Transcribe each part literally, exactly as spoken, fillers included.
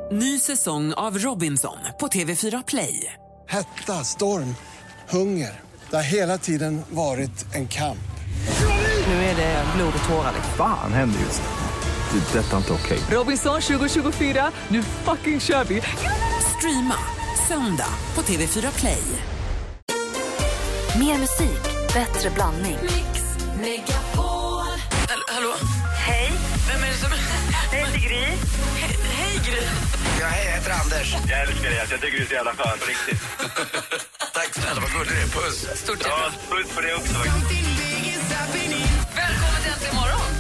Ny säsong av Robinson på T V fyra Play. Hetta, storm, hunger. Det har hela tiden varit en kamp. Nu är det blod och tårar. Fan händer just det. Det är detta inte okej. Robinson tjugo tjugofyra, nu fucking kör vi. Streama söndag på T V fyra Play. Mer musik, bättre blandning. Mix Megapol. Hall- hallå? Hej. Vem är det som... Det är Gry. Hej, hej Gry. Ja, hej, jag heter Anders. Jag älskar dig, jag tycker du är så jävla skön på riktigt. Tack snälla, vad gullig du är. Puss. Stort Ja, hjärta. puss på det också. Välkommen till Äntligen morgon.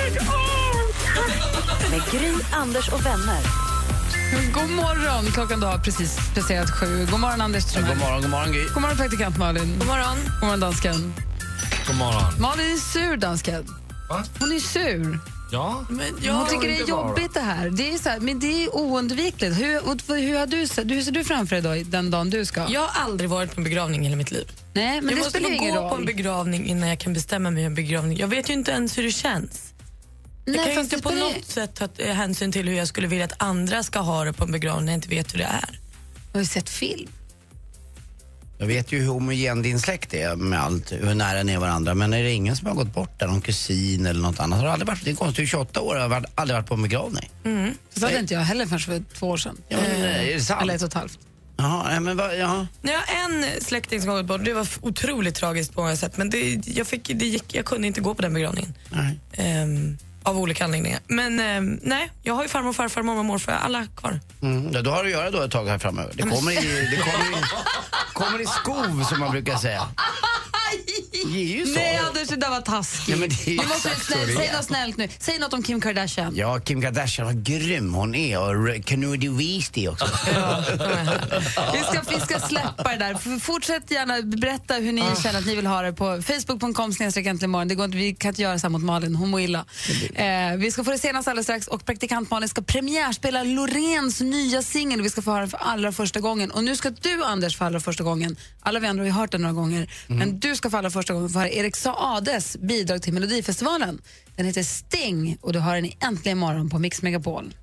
Med Gry, Anders och vänner. God morgon, klockan då har precis passerat sju. God morgon Anders. Ja, god morgon, god morgon Gry. God morgon praktikant Malin. God morgon. God morgon dansken. God morgon. Malin är sur dansken. Va? Hon är sur. Ja. Men Hon jag... tycker det är jobbigt det här. Det är så här, men det är oundvikligt. Hur, och hur, har du, hur ser du framför dig då, den dagen du ska? Jag har aldrig varit på en begravning i hela mitt liv. Nej, men jag det måste spelar få ingen gå roll. på en begravning innan jag kan bestämma mig om en begravning. Jag vet ju inte ens hur det känns. Nej, jag kan ju fast inte det på spelar- något sätt ta eh, hänsyn till hur jag skulle vilja att andra ska ha det på en begravning när jag inte vet hur det är. Jag har ju sett film. Jag vet ju hur homogen din släkt är med allt, hur nära ni är varandra. Men är det ingen som har gått bort där, någon kusin eller något annat? Har du aldrig varit, det är konstigt, tjugoåtta år, jag har aldrig varit på en begravning. Mm. Så hade inte jag heller förrän för två år sedan. Ja, men, är det sant? Eller ett och ett halvt. Jaha, nej, men vad, jaha. Jag har en släkting som har gått bort. Det var f- otroligt tragiskt på många sätt. Men det, jag, fick, det gick, jag kunde inte gå på den begravningen. Nej. Ehm, av olika anledningar. Men ehm, nej, jag har ju farmor, farfar, mormor, morfar. Alla kvar. Mm, ja, då har du att göra då ett tag här framöver. Det kommer i, det kommer i, kommer i skov som man brukar säga. Det är ju så. Nej Anders, det där var taskigt. Ja, men det är ju du måste exakt snäll, så det är. säg något snällt nu. Säg något om Kim Kardashian. Ja, Kim Kardashian, vad grym hon är. Och Kennedy Weasty också. Vi ska, vi ska släppa det där. F- Fortsätt gärna berätta hur ni känner att ni vill ha det på facebook punkt com snedstreck äntligen morgon. Det går inte, vi kan inte göra så här mot Malin, hon mår illa. Eh, vi ska få det senast alldeles strax och praktikant Malin ska premiärspela Loreens nya singel. Vi ska få höra den för allra första gången. Och nu ska du Anders för allra första gången. Alla vi andra har ju hört den några gånger. Men du ska för allra första gången få höra Erik Saades bidrag till Melodifestivalen. Den heter Sting och du har den i Äntligen morgon på Mix Megapol.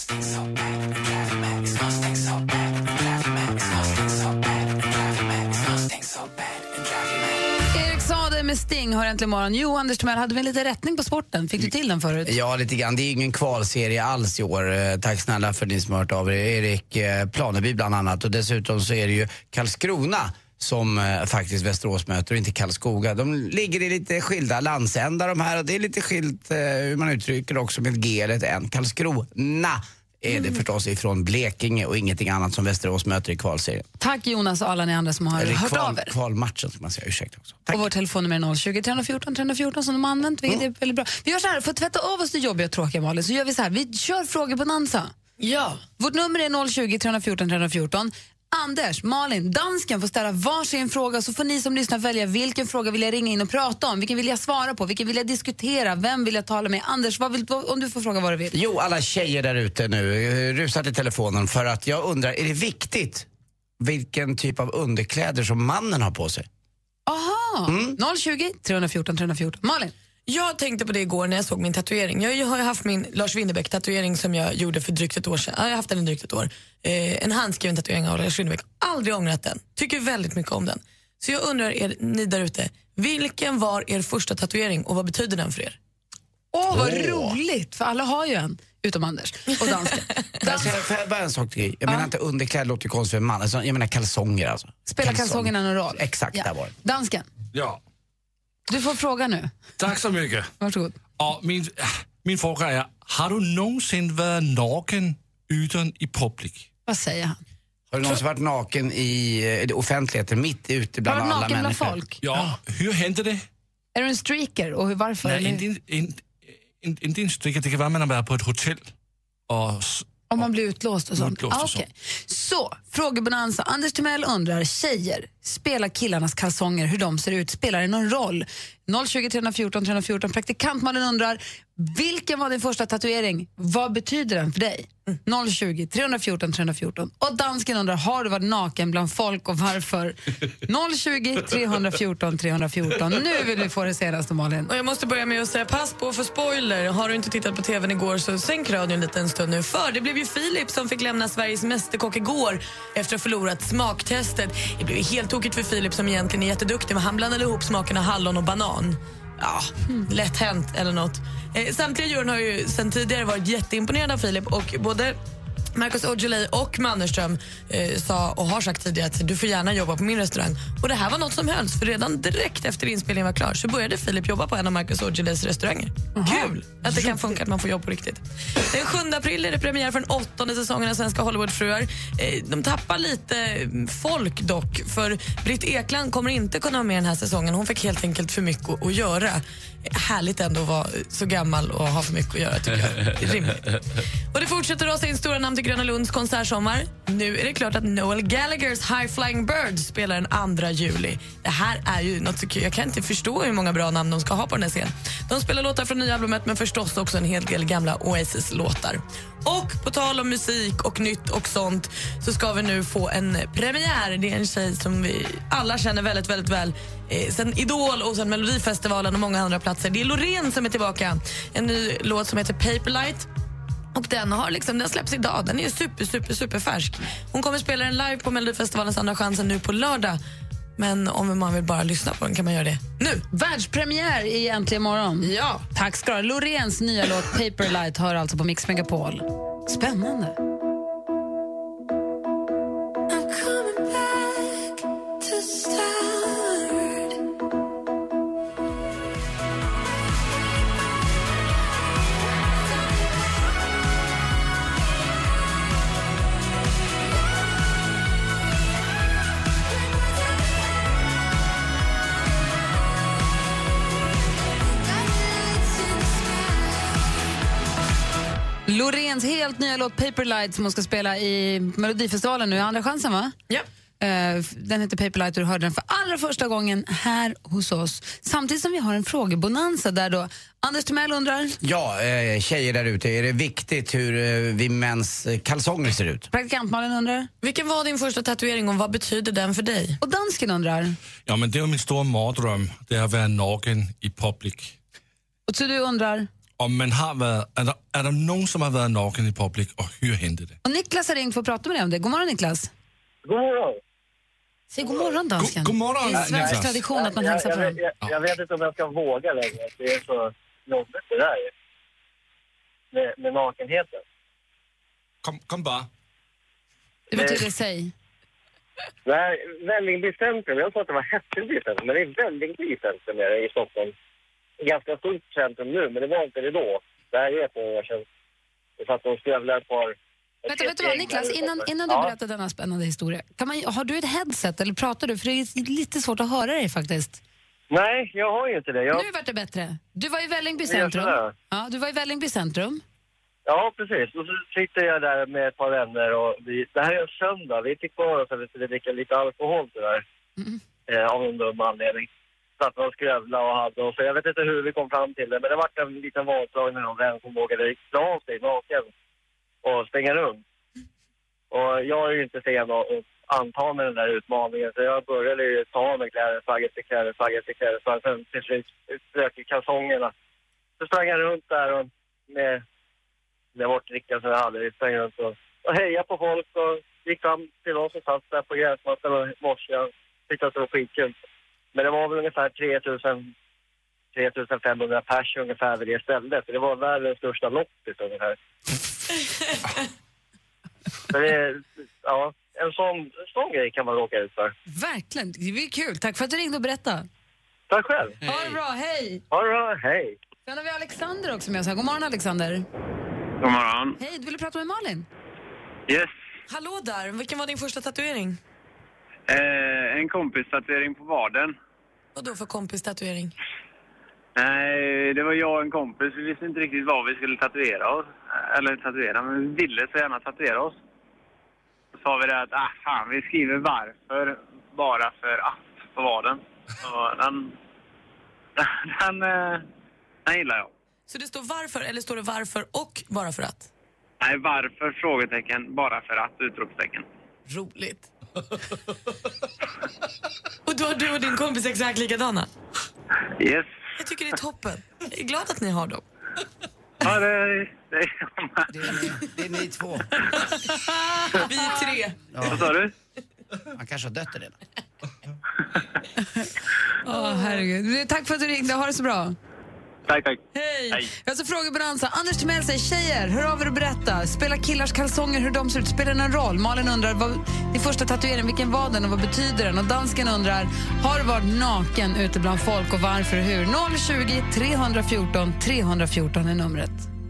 Erik Saade med Sting har Äntligen morgon. Jo, Anders Timell, hade vi en liten rättning på sporten? Fick du till den förut? Ja, lite grann. Det är ingen kvalserie alls i år. Eh, Tack snälla för att ni som har hört av er. Erik eh, Planeby bland annat. Och dessutom så är det ju Karlskrona som eh, faktiskt Västerås möter och inte Karlskoga. De ligger i lite skilda landsändar de här och det är lite skilt eh, hur man uttrycker det också med G eller ett N. Karlskrona är det förstås ifrån Blekinge och ingenting annat som Västerås möter i kvalserien. Tack Jonas och alla ni andra som har Eller hört kval, av er. kvalmatchen ska man säga, ursäkta också. Tack. Och vår telefonnummer är noll tjugo, tre fjorton, tre fjorton som de har använt, vilket är väldigt bra. Vi gör så här, för att tvätta av oss det jobbiga och tråkiga Malin, så gör vi så här, vi kör frågor på Nansa. Ja. Vårt nummer är noll tjugo, tre fjorton, tre fjorton. Anders, Malin, dansken får ställa varsin fråga så får ni som lyssnar välja vilken fråga vill jag ringa in och prata om, vilken vill jag svara på, vilken vill jag diskutera, vem vill jag tala med. Anders, vad vill, vad, om du får fråga vad du vill. Jo, alla tjejer där ute nu, eh, rusar till telefonen för att jag undrar, är det viktigt vilken typ av underkläder som mannen har på sig? Aha, Mm. noll tjugo, tre fjorton, tre fjorton. Malin? Jag tänkte på det igår när jag såg min tatuering. Jag har ju haft min Lars Winnerbäck-tatuering som jag gjorde för drygt ett år sedan. Ja, jag har haft den i drygt ett år. Eh, en handskriven tatuering av Lars Winnerbäck. Aldrig ångrat den. Tycker väldigt mycket om den. Så jag undrar er, ni där ute, vilken var er första tatuering och vad betyder den för er? Åh, vad Åh. roligt, för alla har ju en, utom Anders och dansken. Får jag säga- får jag bara en sak till dig? Jag menar inte underkläder låter ju konstigt för en man. Alltså, jag menar kalsonger alltså. Spelar kalsongerna någon roll? Exakt, Ja. där var det. Dansken, Ja, du får fråga nu. tack så mycket. Varsågod. Och min, äh, min fråga är, har du någonsin varit naken utan i publik? Vad säger han? Har du någonsin varit naken i eh, offentligheten, mitt ute bland Har du alla naken bland människor? folk? Ja, hur hände det? Är du en streaker och hur, varför? Nej, eller? inte, inte, inte, inte en stycke. Det kan vara att man har varit på ett hotell. Och, s- Om man blir utlåst och sånt. Utlåst och Ah, okej. Så, frågebonanza. Anders Timell undrar, tjejer, spelar killarnas kalsonger, hur de ser ut, spelar det någon roll? noll tjugo, tre fjorton, tre fjorton. Praktikant Malin undrar, vilken var din första tatuering? Vad betyder den för dig? Mm. noll tjugo, tre fjorton, tre fjorton. Och dansken undrar, har du varit naken bland folk och varför? noll tjugo, tre fjorton, tre fjorton. Nu vill vi få det senaste, Malin. Och jag måste börja med att säga, pass på för spoiler. Har du inte tittat på tvn igår så sänk radion en liten stund nu. För det blev ju Filip som fick lämna Sveriges mästerkock igår efter att ha förlorat smaktestet. Det blev helt tokigt för Filip som egentligen är jätteduktig, men han blandade ihop smakerna hallon och banan. Ja, mm. lätt hänt eller något. Eh, samtliga djuren har ju sedan tidigare varit jätteimponerade av Filip, och både Marcus Aujalay och Mannerström eh, sa och har sagt tidigare att du får gärna jobba på min restaurang. Och det här var något som hölls, för redan direkt efter inspelningen var klar så började Filip jobba på en av Marcus Aujalays restauranger. Aha. Kul att det kan funka, att man får jobb på riktigt. Den sjunde april är det premiär för den åttonde säsongen av Svenska Hollywoodfruar. Eh, de tappar lite folk dock, för Britt Ekland kommer inte kunna ha med den här säsongen. Hon fick helt enkelt för mycket att, att göra. Härligt ändå att vara så gammal och ha för mycket att göra, tycker jag. Rimligt. Och det fortsätter rasa in stora namn till Gröna Lunds konsertsommar. Nu är det klart att Noel Gallaghers High Flying Birds spelar den andra juli. Det här är ju något så kul. Jag kan inte förstå hur många bra namn de ska ha på den här scenen. De spelar låtar från nya albumet, men förstås också en hel del gamla Oasis-låtar. Och på tal om musik och nytt och sånt så ska vi nu få en premiär. Det är en tjej som vi alla känner väldigt, väldigt väl. Eh, sen Idol och sen Melodifestivalen och många andra platser. Det är Loreen som är tillbaka. En ny låt som heter Paperlight. Och den har liksom, den släpps idag. Den är super, super, super färsk. Hon kommer spela den live på Melodifestivalens andra chansen nu på lördag. Men om man vill bara lyssna på den kan man göra det nu. Världspremiär i Äntligen morgon. Ja. Tack ska du ha. Loreens nya låt Paperlight hör alltså på Mix Megapol. Spännande. Loreens helt nya låt Paperlight som hon ska spela i Melodifestivalen nu. Andra chansen, va? Ja. Uh, den heter Paperlight och du hörde den för allra första gången här hos oss. Samtidigt som vi har en frågebonanza där då Anders Timell undrar. Ja, eh, tjejer där ute, är det viktigt hur eh, vi mäns kalsonger ser ut? Praktikant Malin undrar. Vilken var din första tatuering och vad betyder den för dig? Och dansken undrar. Ja, men det är min stora mardröm. Det är att vara naken i public. Och så du undrar. Om man har varit, är, det, är det någon som har varit naken i public och hur hände det? Och Niklas har ringt för att prata med dig om det. God morgon, Niklas. God morgon. Säg god morgon, dansken. God, god morgon, det är svensk Niklas. tradition att man jag, hälsar jag, fram. jag, jag, jag vet inte om jag ska våga längre. Det är så jobbigt det där med, med nakenheten. Kom, kom bara. Det betyder säg. Nej, Vällingby centrum. Jag sa att det var Hässelby centrum, men det är Vällingby centrum i Stockholm. Ganska stort centrum nu, men det var inte det då. Det här är på år sedan. Det satt de stövlar ett par... Vänta, vet du vad, Niklas, innan, innan du ja. berättar denna spännande historia, kan man, har du ett headset eller pratar du? För det är lite svårt att höra dig faktiskt. Nej, jag har ju inte det. Jag... Nu vart det bättre. Du var i Vällingby centrum. Ja, du var i Vällingby centrum. Ja, precis. Och så sitter jag där med ett par vänner och vi... Det här är en söndag. Vi fick kvar oss att vi skulle dricka lite alkohol tyvärr. Mm. Eh, av en dum anledning. Satt och skrövla och hade och så. Jag vet inte hur vi kom fram till det, men det var en liten valslag med någon vän som vågade dra av sig naken och stänga runt. Och jag är ju inte sen att anta med den där utmaningen, så jag började ju ta med kläder, flagg efter kläder, flagg efter kläder, så sen till slut strök i kalsongerna. Så sprang jag runt där och med det bortrickan som jag hade, vi sprang runt och, och hejade på folk och gick fram till oss och satt där på gräsmattan och morse. Jag tyckte att det var skitkul. Men det var väl ungefär tre tusen femhundra pers ungefär vid det stället. Det var världens största loppet ungefär. Så det, ja, en sån, en sån grej kan man råka ut för. Verkligen, det är kul. Tack för att du ringde och berättade. Tack själv. Hej. Ha det bra, hej. Ha det bra, hej. Sen har vi Alexander också med oss här. God morgon, Alexander. God morgon. Hej, du ville prata med Malin? Yes. Hallå där, vilken var din första tatuering? Eh, en kompis tatuering på vaden. Vad då för kompis tatuering? Nej, det var jag och en kompis. Vi visste inte riktigt vad vi skulle tatuera oss. Eller tatuera, men vi ville så gärna tatuera oss. Så sa vi det att, ah fan, vi skriver varför bara för att på vaden. Så den, den, den, den gillar jag. Så det står varför, eller står det varför och bara för att? Nej, varför? Frågetecken. Bara för att. Utropstecken. Roligt. Och då har du och din kompis exakt likadana? Yes. Jag tycker det är toppen. Jag är glad att ni har dem. Ja, det, det, det, är, ni, det är ni två. Vi är tre. Ja. Vad sa du? Han kanske har dött redan. Åh, oh, herregud. Tack för att du ringde. Ha det så bra. Tack, tack. Hej. Hej. Jag så frågar Bonanza. Anders Timell säger tjejer, hör av er och berätta. Spelar killars kalsonger, hur de ser ut? Spelar någon roll? Malin undrar, vad, din första tatuering, vilken var den och vad betyder den? Och dansken undrar, har du varit naken ute bland folk och varför och hur? noll tjugo, tre ett fyra, tre ett fyra är numret.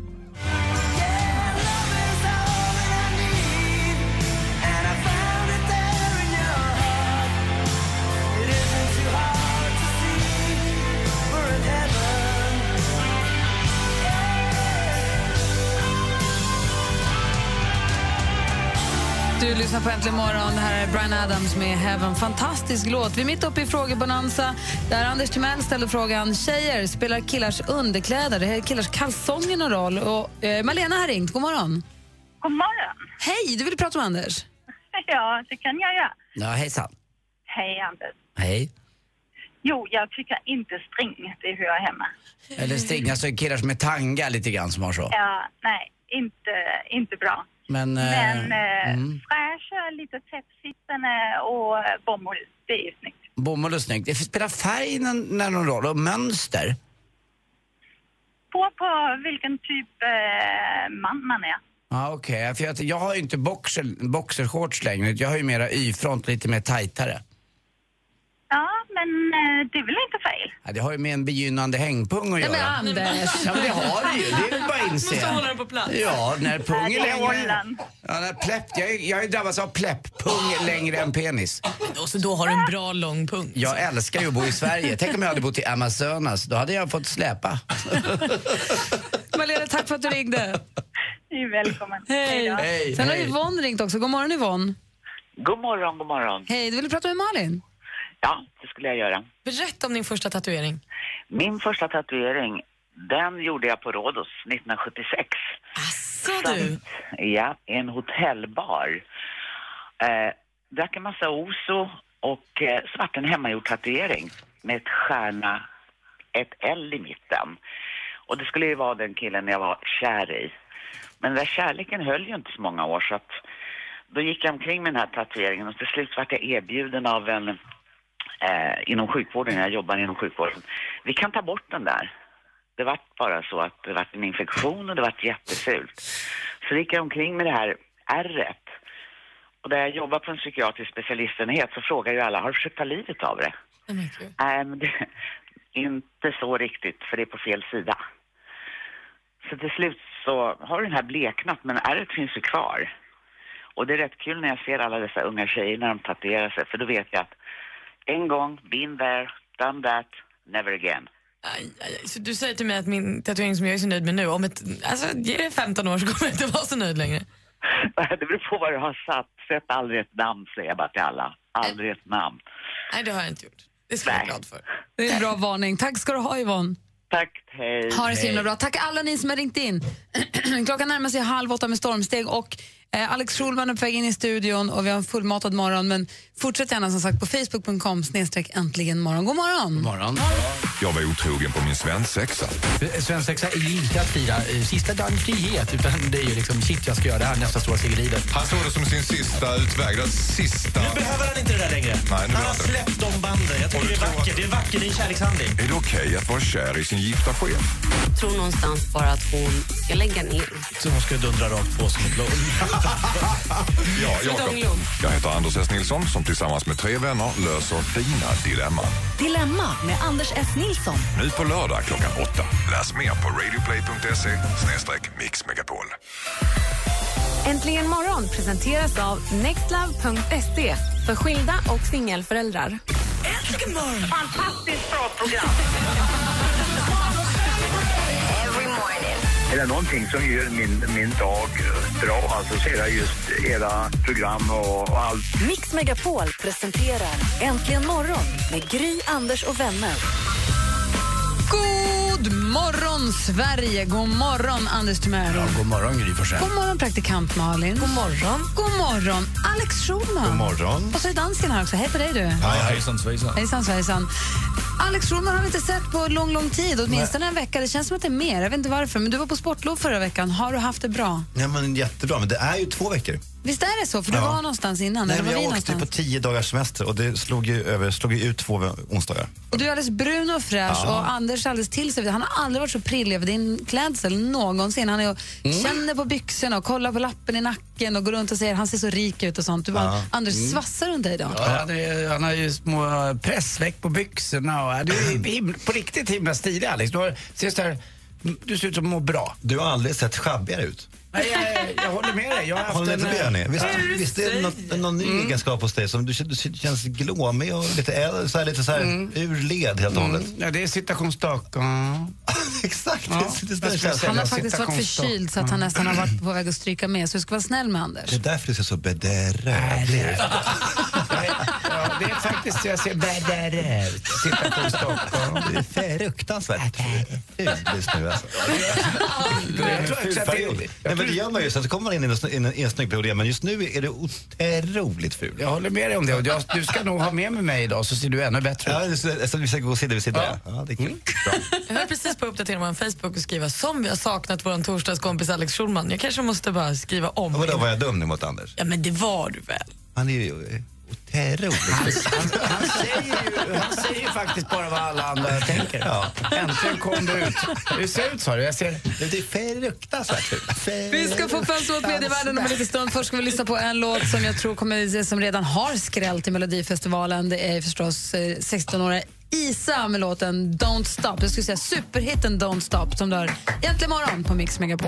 Du lyssnar på Äntligen morgon. Det här är Bryan Adams med Heaven. Fantastisk låt. Vi är mitt uppe i frågebonanza där Anders Timell ställer frågan: tjejer, spelar killars underkläder, det här killars kalsonger någon roll? Och eh, Malena har ringt. God morgon. God morgon. Hej, du vill prata med Anders? Ja, det kan jag göra. Ja, hejsan. Hej Anders. Hej. Jo, jag tycker inte string, det hör hemma. Eller string, alltså killar som är tanga lite grann som har så. Ja, nej, inte, inte bra. Men, Men eh, eh, mm. fräscha, lite tättsittande och bomull, det är ju snyggt. Bomull är snyggt. Det spelar färg när någon roll och mönster. På, på vilken typ eh, man man är. Ja, okej. Okay. För jag, jag har ju inte boxer, boxershorts längre. Jag har ju mera y-front, lite mer tajtare. Ja, men eh, det är väl inte fel? Ja, det har ju med en begynnande hängpung att göra. Nej, men Anders. Ja, men det har det ju. Det är väl bara att inse. Måste hålla den på plats. Ja, när pung är Ja, det är längre. hållan. Ja, när plepp, jag, är- jag har ju drabbats av plepp. Pung längre än penis. Och så då har du en bra lång punkt. Jag älskar ju att bo i Sverige. Tänk om jag hade bott i Amazonas. Då hade jag fått släpa. Malena, tack för att du ringde. Du är välkommen. Hej. då. Hej, Sen har hej. Yvonne ringt också. God morgon Yvonne. God morgon, god morgon. Hej, du vill prata med Malin? Ja, det skulle jag göra. Berätta om din första tatuering. Min första tatuering, den gjorde jag på Rhodos nittonhundrasjuttiosex. Asså du? Ja, i en hotellbar. Eh, drack en massa oso och eh, så vart en hemmagjord tatuering med ett stjärna, ett L i mitten. Och det skulle ju vara den killen jag var kär i. Men den där kärleken höll ju inte så många år, så att då gick jag omkring med den här tatueringen och till slut vart jag erbjuden av en eh, inom sjukvården, jag jobbar inom sjukvården. Vi kan ta bort den där. Det var bara så att det var en infektion och det var jättefult. Så gick jag omkring med det här ärret. Och där jag jobbar på en psykiatrisk specialistenhet så frågar ju alla, har du försökt ta livet av det? Nej, äh, men det inte så riktigt, för det är på fel sida. Så till slut så har den här bleknat, men ärret finns ju kvar. Och det är rätt kul när jag ser alla dessa unga tjejer när de tatuerar sig, för då vet jag att en gång, been there, done that, never again. Aj, aj, aj. Så du säger till mig att min tatuering som jag är så nöjd med nu, om ett, alltså, ge det femton år så kommer jag inte vara så nöjd längre. Det beror på vad du har satt. Sätt aldrig ett namn, säger jag bara till alla. Aldrig ett namn. Nej, det har jag inte gjort. Det ska jag vara glad för. Det är en bra varning. Tack ska du ha, Yvonne. Tack, hej. Ha det så himla bra. Tack alla ni som har ringt in. Klockan närmar sig halv åtta med stormsteg och eh, Alex Schulman är på väg in i studion och vi har en fullmatad morgon, men fortsätt gärna som sagt på facebook punkt com snedstreck äntligen morgon. God morgon. God morgon. Jag var otrogen på min svensexa. Svensexa är ju inte att fira eh, sista dagen frihet, utan det är ju liksom shit, jag ska göra det här nästa stora steg i livet. Han såg det som sin sista utväg, den sista... Nu behöver han inte det där längre. Nej, nu han har släppt de banden. Jag tycker det är vackert. Det är vackert, det är en kärlekshandling. Är det okej okay att vara kär i sin gifta chef? Jag tror någonstans bara att hon ska lägga ner. Så hon ska dundra rakt på som ett blå. Ja, Jakob. Jag heter Anders S. Nilsson som tillsammans med tre vänner löser dina dilemman. Dilemma med Anders S. Nilsson. Nu på lördag klockan åtta. Läs mer på radioplay punkt se snedstreck mixmegapol. Äntligen morgon presenteras av nextlove punkt se för skilda och singelföräldrar. Äntligen morgon! Fantastiskt bra program! Every morning. är det någonting som gör min, min dag bra, alltså så är det just era program och, och allt. Mix Megapol presenterar Äntligen morgon med Gry, Anders och vänner. God morgon, Sverige! God morgon, Anders Timell. Ja, god morgon, Gry Forssell. God morgon, praktikant Malin. God morgon. God morgon, Alex Schulman. God morgon. Och så är dansken här också. Hej på dig, du. Hej, hejsan svejsan. Hejsan svejsan. Alex Schulman har vi inte sett på lång, lång tid. Åtminstone en vecka. Det känns som att det är mer. Jag vet inte varför. Men du var på sportlov förra veckan. Har du haft det bra? Ja, men jättebra. Men det är ju två veckor. Visst är det så? För du Ja. var någonstans innan. Nej, eller var jag vi åkte någonstans? på tio dagars semester och det slog ju, över, slog ju ut två onsdagar. Och du är alldeles brun och fräsch Ja. och Anders är alldeles till sig. Han har aldrig varit så prillig över din klädsel någonsin. Han är och Mm. känner på byxorna och kollar på lappen i nacken och går runt och säger han ser så rik ut och sånt. Du bara, Ja. Anders, Mm. svassar runt dig idag? Ja, han, är, han har ju små pressveck på byxorna och du är himla, på riktigt himla stilig, Alex. Du, har, ser så här, du ser ut som att må bra. Du har aldrig sett schabbigare ut. Nej, jag, jag håller med dig. Jag har haft Håller en... inte med dig? Visst, Ja, visst är det något, någon ny Mm. egenskap hos dig som du, du känns glåmig och lite äldre, så här, lite så här Mm. ur led helt och hållet. Mm. Ja, det är citationsstaken. Exakt. Ja. Det, det, det känns. Han har faktiskt varit förkyld så att han nästan har varit på väg att stryka med. Så du ska vara snäll med Anders. Det är därför du ser så bedrövlig ut. Ja, det är faktiskt, jag ser bäddare ut. Citationsstaken. Det är fruktansvärt fult just nu alltså. Jag tror också att det är... Nej, men det gör man ju så att så kommer man in i en, in i en snygg period, men just nu är det otroligt fult. Jag håller med dig om det och jag, du ska nog ha med mig mig idag så ser du ännu bättre ut. Ja, det är, så vi ska gå sida vid sida. Ja. Ja, det är kul. Mm. Bra. Jag höll precis på att uppdatera vår Facebook och skriva som vi har saknat vår torsdagskompis Alex Schulman. Jag kanske måste bara skriva om. Och vadå, var jag dum nu mot Anders? Ja, men det var du väl. Han är ju otroligt ful. Han, han, säger ju, han säger ju faktiskt bara vad alla andra tänker. Ja. Äntligen kom det ut. Hur ser det ut, sa du? Jag ser... Det är fruktansvärt fult. Vi ska få följa åt medievärlden om en liten stund. Först ska vi lyssna på en låt som jag tror kommer, som redan har skrällt i Melodifestivalen. Det är förstås eh, sexton-åriga Isa med låten Don't Stop. Jag skulle säga superhitten Don't Stop som du har Äntligen morgon på Mix Megapol.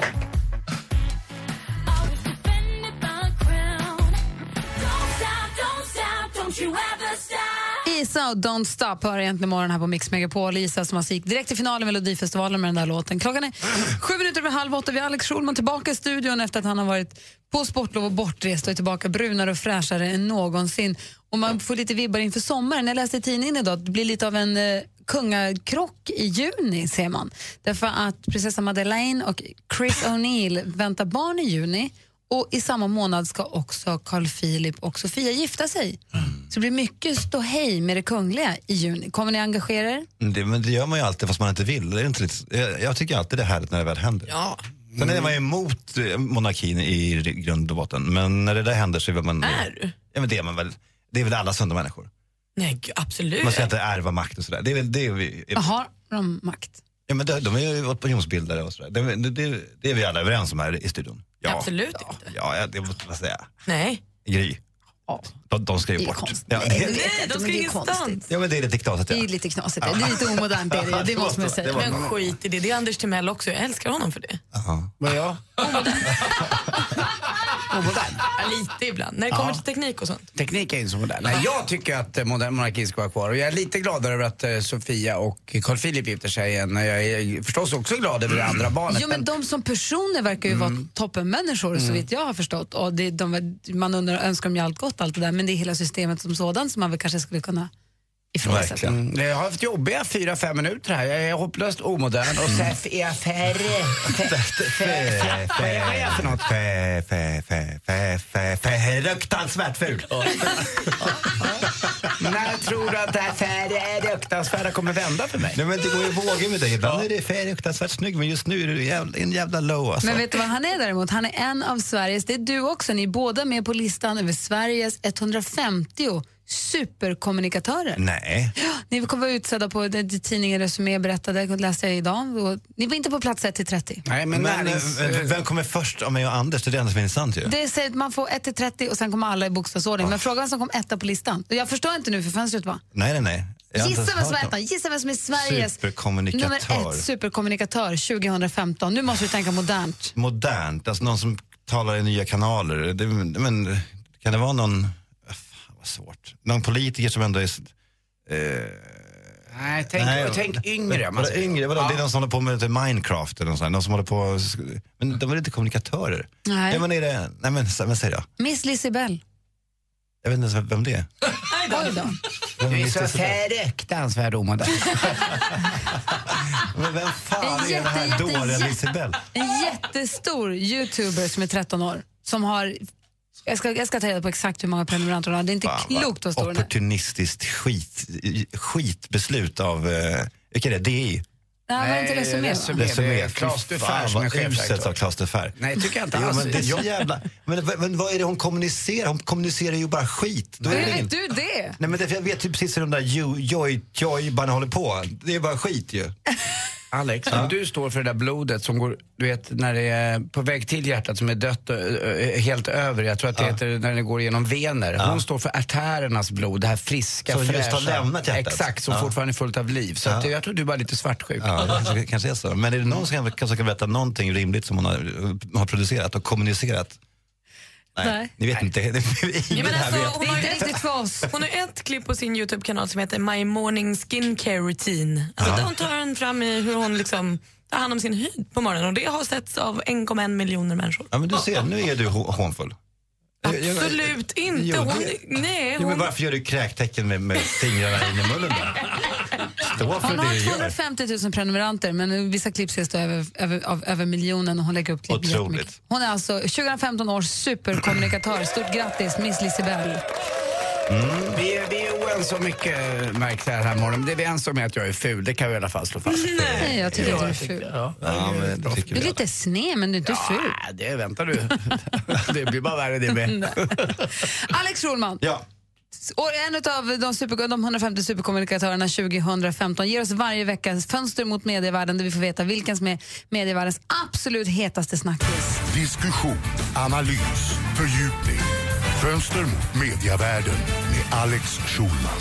Isa och Don't Stop hör egentligen morgon här på Mix Megapol. Isa som har gick direkt till finalen i Melodifestivalen med den där låten. Klockan är sju minuter över halv åtta. Vi har Alex Schulman tillbaka i studion efter att han har varit på sportlov och bortrest och är tillbaka brunare och fräschare än någonsin. Och man får lite vibbar inför sommaren. Jag läste i tidningen idag att det blir lite av en eh, kungakrock i juni, ser man. Därför att prinsessa Madeleine och Chris O'Neill väntar barn i juni. Och i samma månad ska också Carl Philip och Sofia gifta sig. Mm. Så det blir mycket ståhej med det kungliga i juni. Kommer ni engagera er? Det, men det gör man ju alltid fast man inte vill. Det är inte lite, jag, jag tycker alltid det är härligt när det väl händer. Ja. Sen är man ju emot monarkin i grund och botten. Men när det där händer så är man... Är du? Ja, men det är man väl. Det är väl alla sunda människor. Nej, gud, absolut. Man ska inte ärva makt och sådär. Det är väl det är vi... Har de makt? Ja, men de, de är ju opinionsbildare och sådär. Det, det, det, det är vi alla överens om här i studion. Ja, absolut ja, inte. Ja, ja, det måste man säga. Nej. Gry. Ja. De, de ska ju det är bort. konstigt. Ja, Nej, det, nej, de ska ingenstans. ja, men det är lite knasigt. Det Ja. är lite knasigt. Det är lite omodernt, det, är det, det måste man säga. Men skit i det. Det är Anders Timell också. Jag älskar honom för det. Aha. Vad är jag? Omodern. Ja, lite ibland. När det kommer till teknik och sånt. Teknik är inte så modern. Nej, jag tycker att eh, modern monarkin ska vara kvar. Och jag är lite gladare över att eh, Sofia och Carl Philip gifter sig än jag är förstås också glad över det andra barnet. Jo, men de som personer verkar ju Mm. vara toppenmänniskor så vitt jag har förstått. Och det, de, man undrar, önskar dem ju allt gott, allt det där. Men det är hela systemet som sådant som man väl kanske skulle kunna ifrågasätta. Mm. Jag har haft jobbiga fyra, fem minuter här. Jag är hopplöst omodern och så är jag färre. Vad är jag för något? Fä, fä, fä, fä, fä, fä, fruktansvärt ful. När tror du att det här färre fruktansvärda kommer vända för mig? Nej, men det går ju vågor med dig. Ibland är det fruktansvärt snygg, men just nu är det jävla, en jävla low alltså. Men vet du vad han är däremot? Han är en av Sveriges, det är du också, ni är båda med på listan över Sveriges etthundrafemtio superkommunikatörer. Nej. Ja, ni kommer vara utsedda på det, det tidningen Resumé berättade, läste jag idag. Och ni var inte på plats ett till trettio. Nej, men, Men närings... eh, vem kommer först av mig och Anders? Det är det enda som är intressant ju. Det är så att man får ett till trettio och sen kommer alla i bokstavsordning. Men frågan som kom etta på listan. Jag förstår inte nu för fönstret va? Nej, nej, nej. Jag har inte Gissa vem hört som är om- ettan. Gissa vem som är Sveriges Superkommunikatör. nummer ett superkommunikatör tjugohundrafemton. Nu måste du tänka modernt. Modernt, alltså någon som talar i nya kanaler. Det, men kan det vara någon... Fan, vad svårt. Någon politiker som ändå är... Eh, Nej, tänk, Nej, tänk yngre. Vadå yngre? Vadå? Ja. Det är någon som håller på med Minecraft eller något sånt. Någon som håller på... Men de är inte kommunikatörer. Nej. Ja, men är det... Nej, men vad säger jag? Miss Lisibell. Jag vet inte ens vem det är. Oj då. Du är så fruktansvärd omad. Men vem fan En är det här jätte, dåliga jätte, Lisibell? En jättestor YouTuber som är tretton år. Som har... Jag ska, jag ska ta reda på exakt hur många prenumeranter hon har. Det är inte Fan, klokt att stå där. Opportunistiskt skit, skitbeslut av... Eh, vilka är det? D I? Nej, var det inte Resumé? Resumé. Det är Claes de Fer som är chefredaktör. av Claes de Fer. Nej, tycker jag inte jo, alls. men det är så jävla... Men, men vad är det hon kommunicerar? Hon kommunicerar ju bara skit. Då Hur är det vet ingen... du det? Nej, men det, jag vet ju precis hur de där joy-joy-barna håller på. Det är bara skit ju. Alex, ja. Du står för det där blodet som går, du vet, när det är på väg till hjärtat som är dött ö, ö, helt över. Jag tror att det ja. heter när det går genom vener. Ja. Hon står för artärernas blod, det här friska, som fräscha. Just har lämnat hjärtat. Exakt, som ja. fortfarande är fullt av liv. Så ja. att, jag tror du är bara lite svartsjuk. Ja, det kanske, kanske är så. Men är det någon som kan, som kan berätta någonting rimligt som hon har, har producerat och kommunicerat? Nej, Nej. Ni vet Nej. inte. Det, ja, men alltså, hon, har inte riktigt för oss. Hon har ett klipp på sin YouTube-kanal som heter My Morning Skincare Routine. Alltså, ja. Där hon tar en fram i hur hon liksom tar hand om sin hud på morgonen. Och det har setts av en komma en miljoner människor. Ja, men du ser, nu är du hånfull. Absolut inte. Hon, nej, hon... hon... Men varför gör du kräktecken med, med fingrarna in i munnen då? Stå för hon det har du gör. tvåhundrafemtio tusen prenumeranter, men vissa klipp ses då över, över, av, över miljonen och hon lägger upp klipp Otroligt. jättemycket. Hon är alltså tjugohundrafemton års superkommunikatör. Stort grattis, Miss Lisibell. Mm. Vi, är, vi är oense om mycket, märkt här, här morgon. Det vi är ense om är att jag är ful, det kan vi i alla fall slå fast. Nej, jag tycker att du är ful. Ja, ja, men det du är lite sned, men du är inte ja, ful. Det väntar du. Det blir bara värre det med. Alex Schulman. Ja. Och en av de, super, de hundrafemtio superkommunikatörerna tjugohundrafemton ger oss varje vecka fönster mot medievärlden där vi får veta vilken som är medievärldens absolut hetaste snackis. Diskussion, analys, fördjupning. Fönster mot medievärlden med Alex Schulman.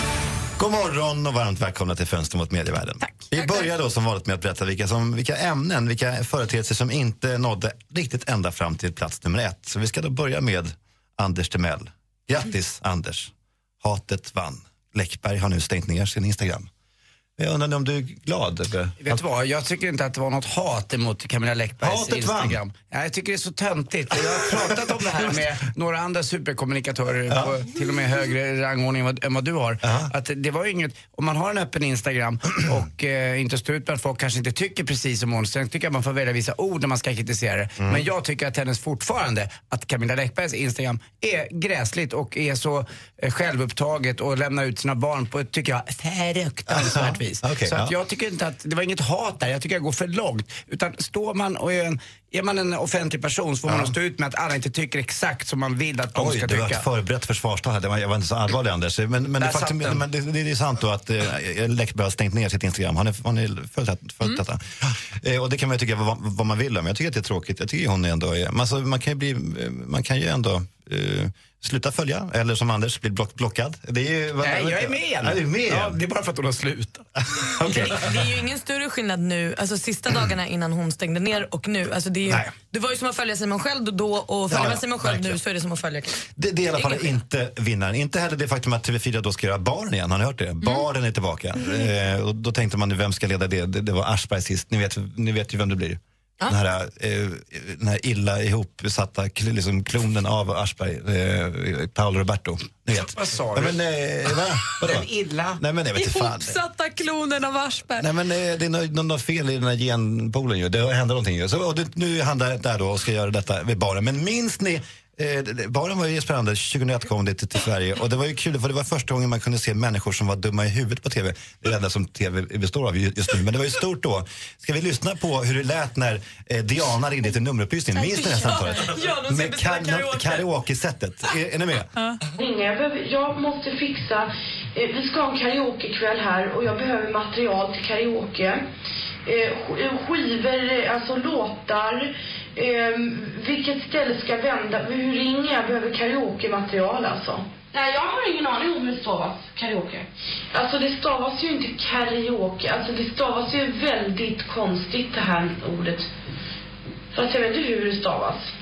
God morgon och varmt välkomna till Fönster mot medievärlden. Tack. Vi börjar då som vanligt med att berätta vilka, som, vilka ämnen, vilka företeelser som inte nådde riktigt ända fram till plats nummer ett. Så vi ska då börja med Anders Timell. Grattis mm. Anders. Hatet vann. Läckberg har nu stängt ner sin Instagram. Jag undrar om du är glad? Eller? Vet du vad, jag tycker inte att det var något hat emot Camilla Läckbergs Hatet Instagram. Ja, jag tycker det är så töntigt. Jag har pratat om det här med några andra superkommunikatörer ja. på till och med högre rangordning vad, än vad du har. Ja. Att det var ju inget, om man har en öppen Instagram och eh, inte står ut med att folk kanske inte tycker precis som hon, sen tycker jag man får välja vissa ord när man ska kritisera det. Mm. Men jag tycker att hennes fortfarande, att Camilla Läckbergs Instagram är gräsligt och är så eh, självupptaget och lämnar ut sina barn på ett, tycker jag, fruktansvärt vis. Okay, så att ja. jag tycker inte att, det var inget hat där, jag tycker jag går för långt. Utan står man och är en, är man en offentlig person så får ja. man stå ut med att alla inte tycker exakt som man vill att de Oj, ska det tycka. Var ett förberett försvar här, det var, jag var inte så allvarlig Anders. Men, men, det, faktum, men det, det är sant då att eh, Läckberg har stängt ner sitt Instagram. Han är, han är följt, följt mm. detta. Eh, och det kan man ju tycka vad, vad man vill om. Jag tycker att det är tråkigt. Jag tycker hon ändå är, alltså, man kan ju bli, man kan ju ändå eh, sluta följa, eller som Anders, blir block, blockad. Det är ju, vad, Nej, jag är med igen. Ja, är med igen. Ja, det är bara för att hon har slutat. Okay. det, det är ju ingen större skillnad nu, alltså sista dagarna innan hon stängde ner och nu. Alltså det, är ju, det var ju som att följa Simon Sköld då och följa ja, med Simon Sköld nu så är det som att följa. Det, det är i alla fall ingen inte vinnaren. Inte heller det faktum att T V fyra då ska göra Baren igen. Har ni hört det? Mm. Baren är tillbaka. Mm. Eh, och då tänkte man nu, vem ska leda det? Det, det var Aschberg sist. Ni vet, ni vet ju vem det blir. Ja. Den, här, eh, den här illa ihopsatta liksom, klonen av Aschberg, eh, Paolo Roberto. Ni vet. Vad sa du? Nej, men, eh, va? Den illa Nej, men, jag vet ihopsatta klonen av Aschberg. Nej, men eh, det är något, något fel i den här genpoolen ju. Det händer någonting ju. Så, och det, nu handlar det där då och ska göra detta vid Baren. Men minns ni, Eh, Baren var ju Jesper Anders, tjugohundraett kom det till, till Sverige och det var ju kul för det var första gången man kunde se människor som var dumma i huvudet på tv. Det är det enda som tv består av just nu, men det var ju stort då. Ska vi lyssna på hur det lät när eh, Diana ringde till nummerupplysningen? Minns ni det här samtalet? Ja, de med karaoke. Karaoke-sättet. Är, är ni med? Ja. Jag, jag måste fixa, eh, vi ska ha en karaokekväll här och jag behöver material till karaoke. Eh, skivor, alltså låtar, eh, vilket ställe ska jag vända, hur ringer jag, behöver karaoke-material alltså. Nej, jag har ingen aning om hur det stavas, karaoke. Alltså det stavas ju inte karaoke, alltså det stavas ju väldigt konstigt det här ordet. Fast jag vet inte hur det stavas.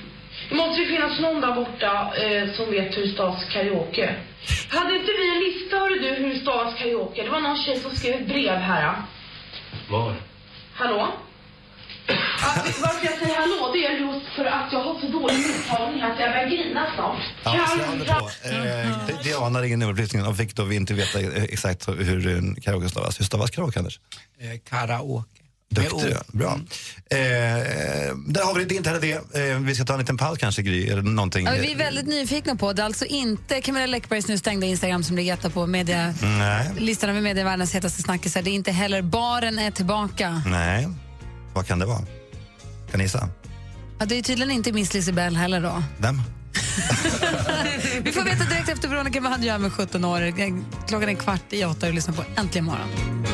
Det måste ju finnas någon där borta eh, som vet hur det stavas karaoke. Hade inte vi en lista, hörde du, hur det stavas karaoke? Det var någon tjej som skrev ett brev här. Var? Hallå? Att, varför jag säger hallå, det är just för att jag har så dålig mottagning att jag börjar grina snart. Ja, så eh, det, det anar ingen nummerupplysningen och fick då vi inte veta exakt hur en karaoke stavas. Hur stavas karaoke, Anders? Eh, karaoke. Duktig, ja. Bra. Eh, där har vi det, inte heller det. Eh, vi ska ta en liten paus kanske, Gry, eller någonting. Ja, vi är väldigt nyfikna på det. Alltså inte Camilla Läckbergs nu stängda Instagram som ligger etta på media, listan över medievärldens hetaste snackisar. Det är inte heller Baren är tillbaka. Nej. Vad kan det vara? Kan ni gissa? Ja, det är tydligen inte Miss Lisibell heller då. Vem? Vi får veta direkt efter Veronica vad han gör med sjutton år. Klockan är kvart i åtta och lyssnar på Äntligen morgon.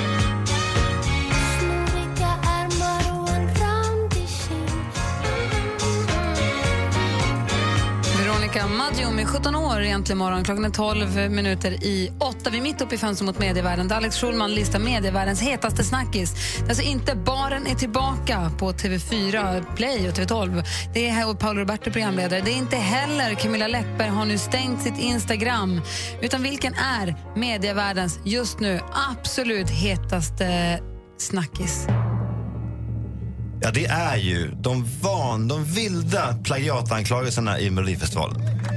Veronica Maggio med sjutton år egentligen morgon. Klockan är tolv minuter i åtta. Vi är mitt uppe i fönstret mot medievärlden. Där Alex Schulman listar medievärldens hetaste snackis. Det är alltså inte Baren är tillbaka på T V fyra Play och T V tolv. Det är här och Paolo Roberto programledare. Det är inte heller Camilla Läckberg har nu stängt sitt Instagram. Utan vilken är medievärldens just nu absolut hetaste snackis? Ja, det är ju de van, de vilda plagiatanklagelserna i Melodifestivalen.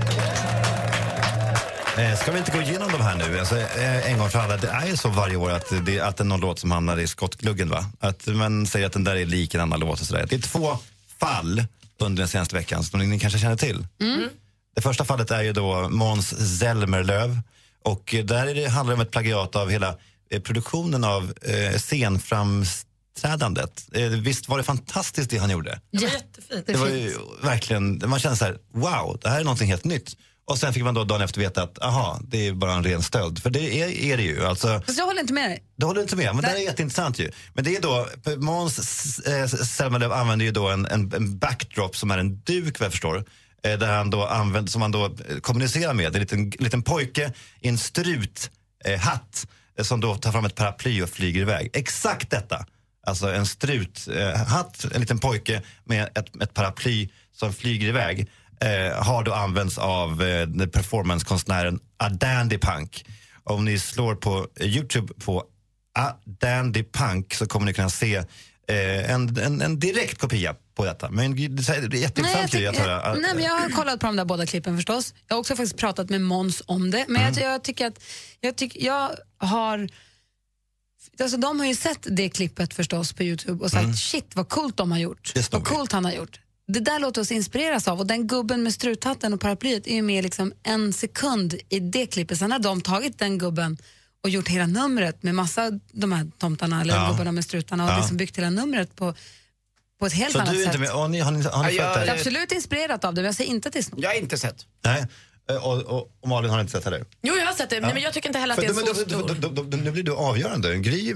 Eh, ska vi inte gå igenom de här nu? Alltså, eh, en gång för alla, det är ju så varje år att det, att det är någon låt som hamnar i skottgluggen, va? Att man säger att den där är lik en annan låt och sådär. Det är två fall under den senaste veckan som ni kanske känner till. Mm. Det första fallet är ju då Måns Zelmerlöw. Och där är det, handlar det om ett plagiat av hela eh, produktionen av eh, scenframställningen. Trädandet. Eh, visst var det fantastiskt det han gjorde? Jättefint. Det var ju verkligen, man kände så här, wow, det här är någonting helt nytt. Och sen fick man då dagen efter veta att, aha, det är bara en ren stöld. För det är, är det ju. Alltså, fast jag håller inte med dig. Du håller inte med, men det här är jätteintressant ju. Men det är då, Måns eh, Zelmerlöw använder ju då en, en, en backdrop som är en duk, vad jag förstår. Eh, där han då använder, som han då kommunicerar med. Det är en liten, liten pojke i en strut eh, hatt eh, som då tar fram ett paraply och flyger iväg. Exakt detta. Alltså en strut, eh, hatt, en liten pojke med ett, ett paraply som flyger iväg eh, har då använts av eh, performancekonstnären A Dandy Punk. Om ni slår på eh, YouTube på A Dandy Punk så kommer ni kunna se eh, en, en, en direkt kopia på detta. Men det är jätteintressant ju att höra. Nej, men jag har kollat på de där båda klippen förstås. Jag har också faktiskt pratat med Måns om det. Men mm. jag, jag tycker att jag, tycker, jag har... Alltså, de har ju sett det klippet förstås på YouTube och sagt mm. shit vad coolt de har gjort. Vad coolt han har gjort. Det där låter oss inspireras av och den gubben med struthatten och paraplyet är ju med liksom en sekund i det klippet. Sen har de tagit den gubben och gjort hela numret med massa de här tomtarna eller ja. gubbarna med strutarna och ja. liksom byggt hela numret på, på ett helt så annat du är sätt. Inte med, har ni, har ni, har ni ja, jag är absolut inspirerat av det, men jag säger inte till snart. Jag har inte sett. Nej. Och, och, och Malin har inte sett heller? Jo, jag har sett det, ja. men jag tycker inte heller att för, det är så stor. Nu blir du avgörande. Gry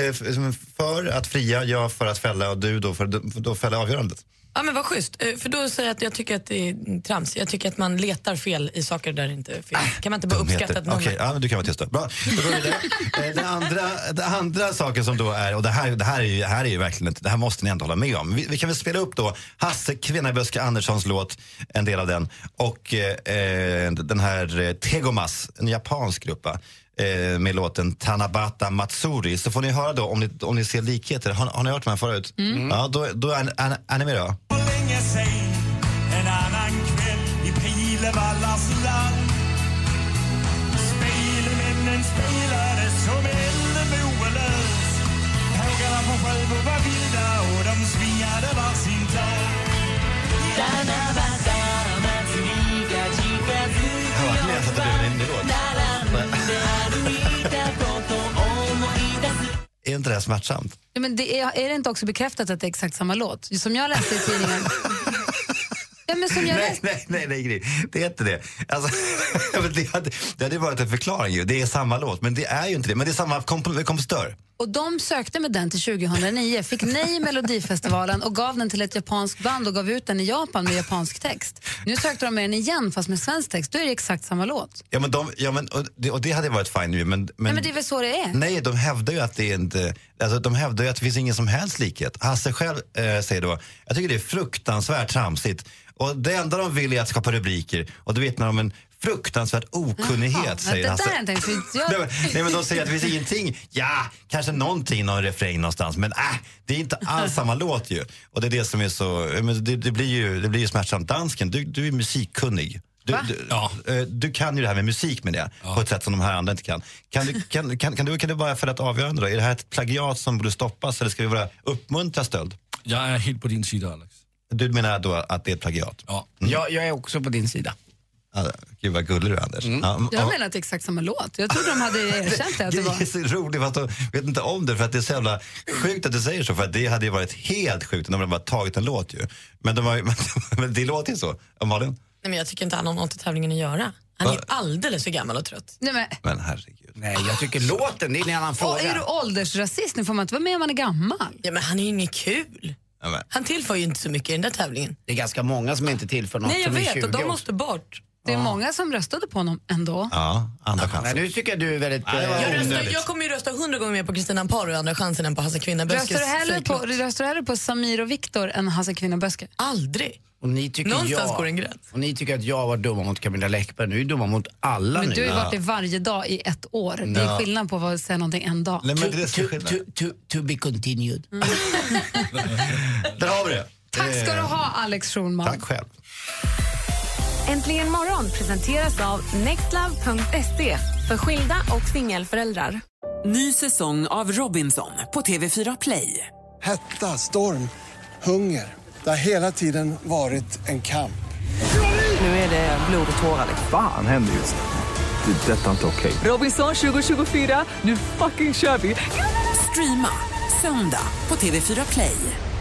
för att fria, jag för att fälla och du då för att fälla avgörandet. Ja, men vad schysst. För då säger jag att jag tycker att det är trams. Jag tycker att man letar fel i saker där det inte är fel. Kan man inte bara uppskatta ett nummer? Okej, okay, ja, men du kan vara tyst då. Bra. Då går vi där. Det andra, det andra saken som då är, och det här, det här är ju, det här är ju verkligen, det här måste ni ändå hålla med om. Vi, vi kan väl spela upp då Hasse Kvinnaböske Anderssons låt, en del av den, och eh, den här Tegomas, en japansk grupp, eh, med låten Tanabata Matsuri. Så får ni höra då om ni, om ni ser likheter. Har, har ni hört de här förut? Mm. Ja, då, då är, är, är ni med då? En annan kväll i Pilevallas land. Spelmännen spelade som Ellemoelös. Hågarna på Sjöbo var vilda och de svingade varsin tag. Är inte det smärtsamt? Ja, men det är, är det inte också bekräftat att det är exakt samma låt? Som jag läste i tidningen. Ja, men som jag nej, läste... nej, nej, nej, nej, det är inte det. Alltså, det, hade, det hade varit en förklaring ju. Det är samma låt, men det är ju inte det. Men det är samma komp- kompositör. Och de sökte med den till tjugohundranio, fick nej i Melodifestivalen och gav den till ett japanskt band och gav ut den i Japan med japansk text. Nu sökte de med den igen fast med svensk text, då är det exakt samma låt. Ja, men de, ja, men, och, det, och det hade varit fine nu, men, men... Nej, men det är väl så det är? Nej, de hävdar ju att det är inte... Alltså, de hävdar ju att det finns ingen som helst likhet. Hasse själv eh, säger då, jag tycker det är fruktansvärt tramsigt Och det enda de vill är att skapa rubriker. Och då vet man om en fruktansvärd okunnighet, Jaha, säger det Hasse. där är inte ens, jag... nej, men, nej men de säger att det finns ingenting. Ja, kanske någonting, någon refräng någonstans. Men äh, det är inte alls samma låt ju. Och det är det som är så, men det, det blir ju, det blir ju smärtsamt. Dansken, du, du är musikkunnig. Du, du, ja. du kan ju det här med musik med det, ja. På ett sätt som de här andra inte kan. Kan du, kan, kan, kan du, kan du bara för att avgörande då? Är det här ett plagiat som borde stoppas eller ska vi bara uppmuntra stöld? Jag är helt på din sida, Alex. Du menar då att det är ett plagiat? Ja. Mm. Jag, jag är också på din sida. Ja, gud vad gullig du är, Anders. Mm. Ja, jag menar att det är exakt samma låt. Jag trodde de hade erkänt det. Att det, var... det är så roligt för att de vet inte om det, för att det är så jävla sjukt att du säger så, för att det hade ju varit helt sjukt om de hade bara tagit en låt ju. Men, de har, men, men det låter ju så. Malin? Nej, men jag tycker inte han har något i tävlingen att göra. Han är ju alldeles för gammal och trött. Nej, men... men herregud. Nej, jag tycker låten, det är en annan fråga. Och är du åldersrasist? Nu får man inte vara med om man är gammal. Ja, men han är ju inget kul. Ja, han tillför ju inte så mycket i den där tävlingen. Det är ganska många som inte tillför något. Nej, jag som är vet, och de år. måste bort. Det är ja. många som röstade på honom ändå. Ja, andra chansen. Nej, nu tycker jag du är väldigt... Nej, jag, röstar, jag kommer ju rösta hundra gånger mer på Kristina Amparo i Andra chansen än på Hasse Kvinna Böskes. Röstar du hellre på, röstar du hellre på Samir och Viktor än Hasse Kvinna Böske? Aldrig. Och ni tycker Någonstans jag, går en gräns. Och ni tycker att jag var dumma mot Camilla Läckberg. Nu är dumma mot alla. Men nu. du har ju ja. varit det varje dag i ett år. Det är Ja. skillnad på att säga någonting en dag. Nej, men to, det är så to, to, to, to be continued. Mm. Där har vi det. Tack ska du ha, Alex Schulman. Tack själv. Äntligen morgon presenteras av nextlove punkt se för skilda och singelföräldrar. Ny säsong av Robinson på T V fyra Play. Hetta, storm, hunger. Det har hela tiden varit en kamp. Nu är det blod och tårar. Fan händer just det. Det är detta inte okej. Robinson tjugo tjugofyra, nu fucking kör vi. Streama söndag på T V fyra Play.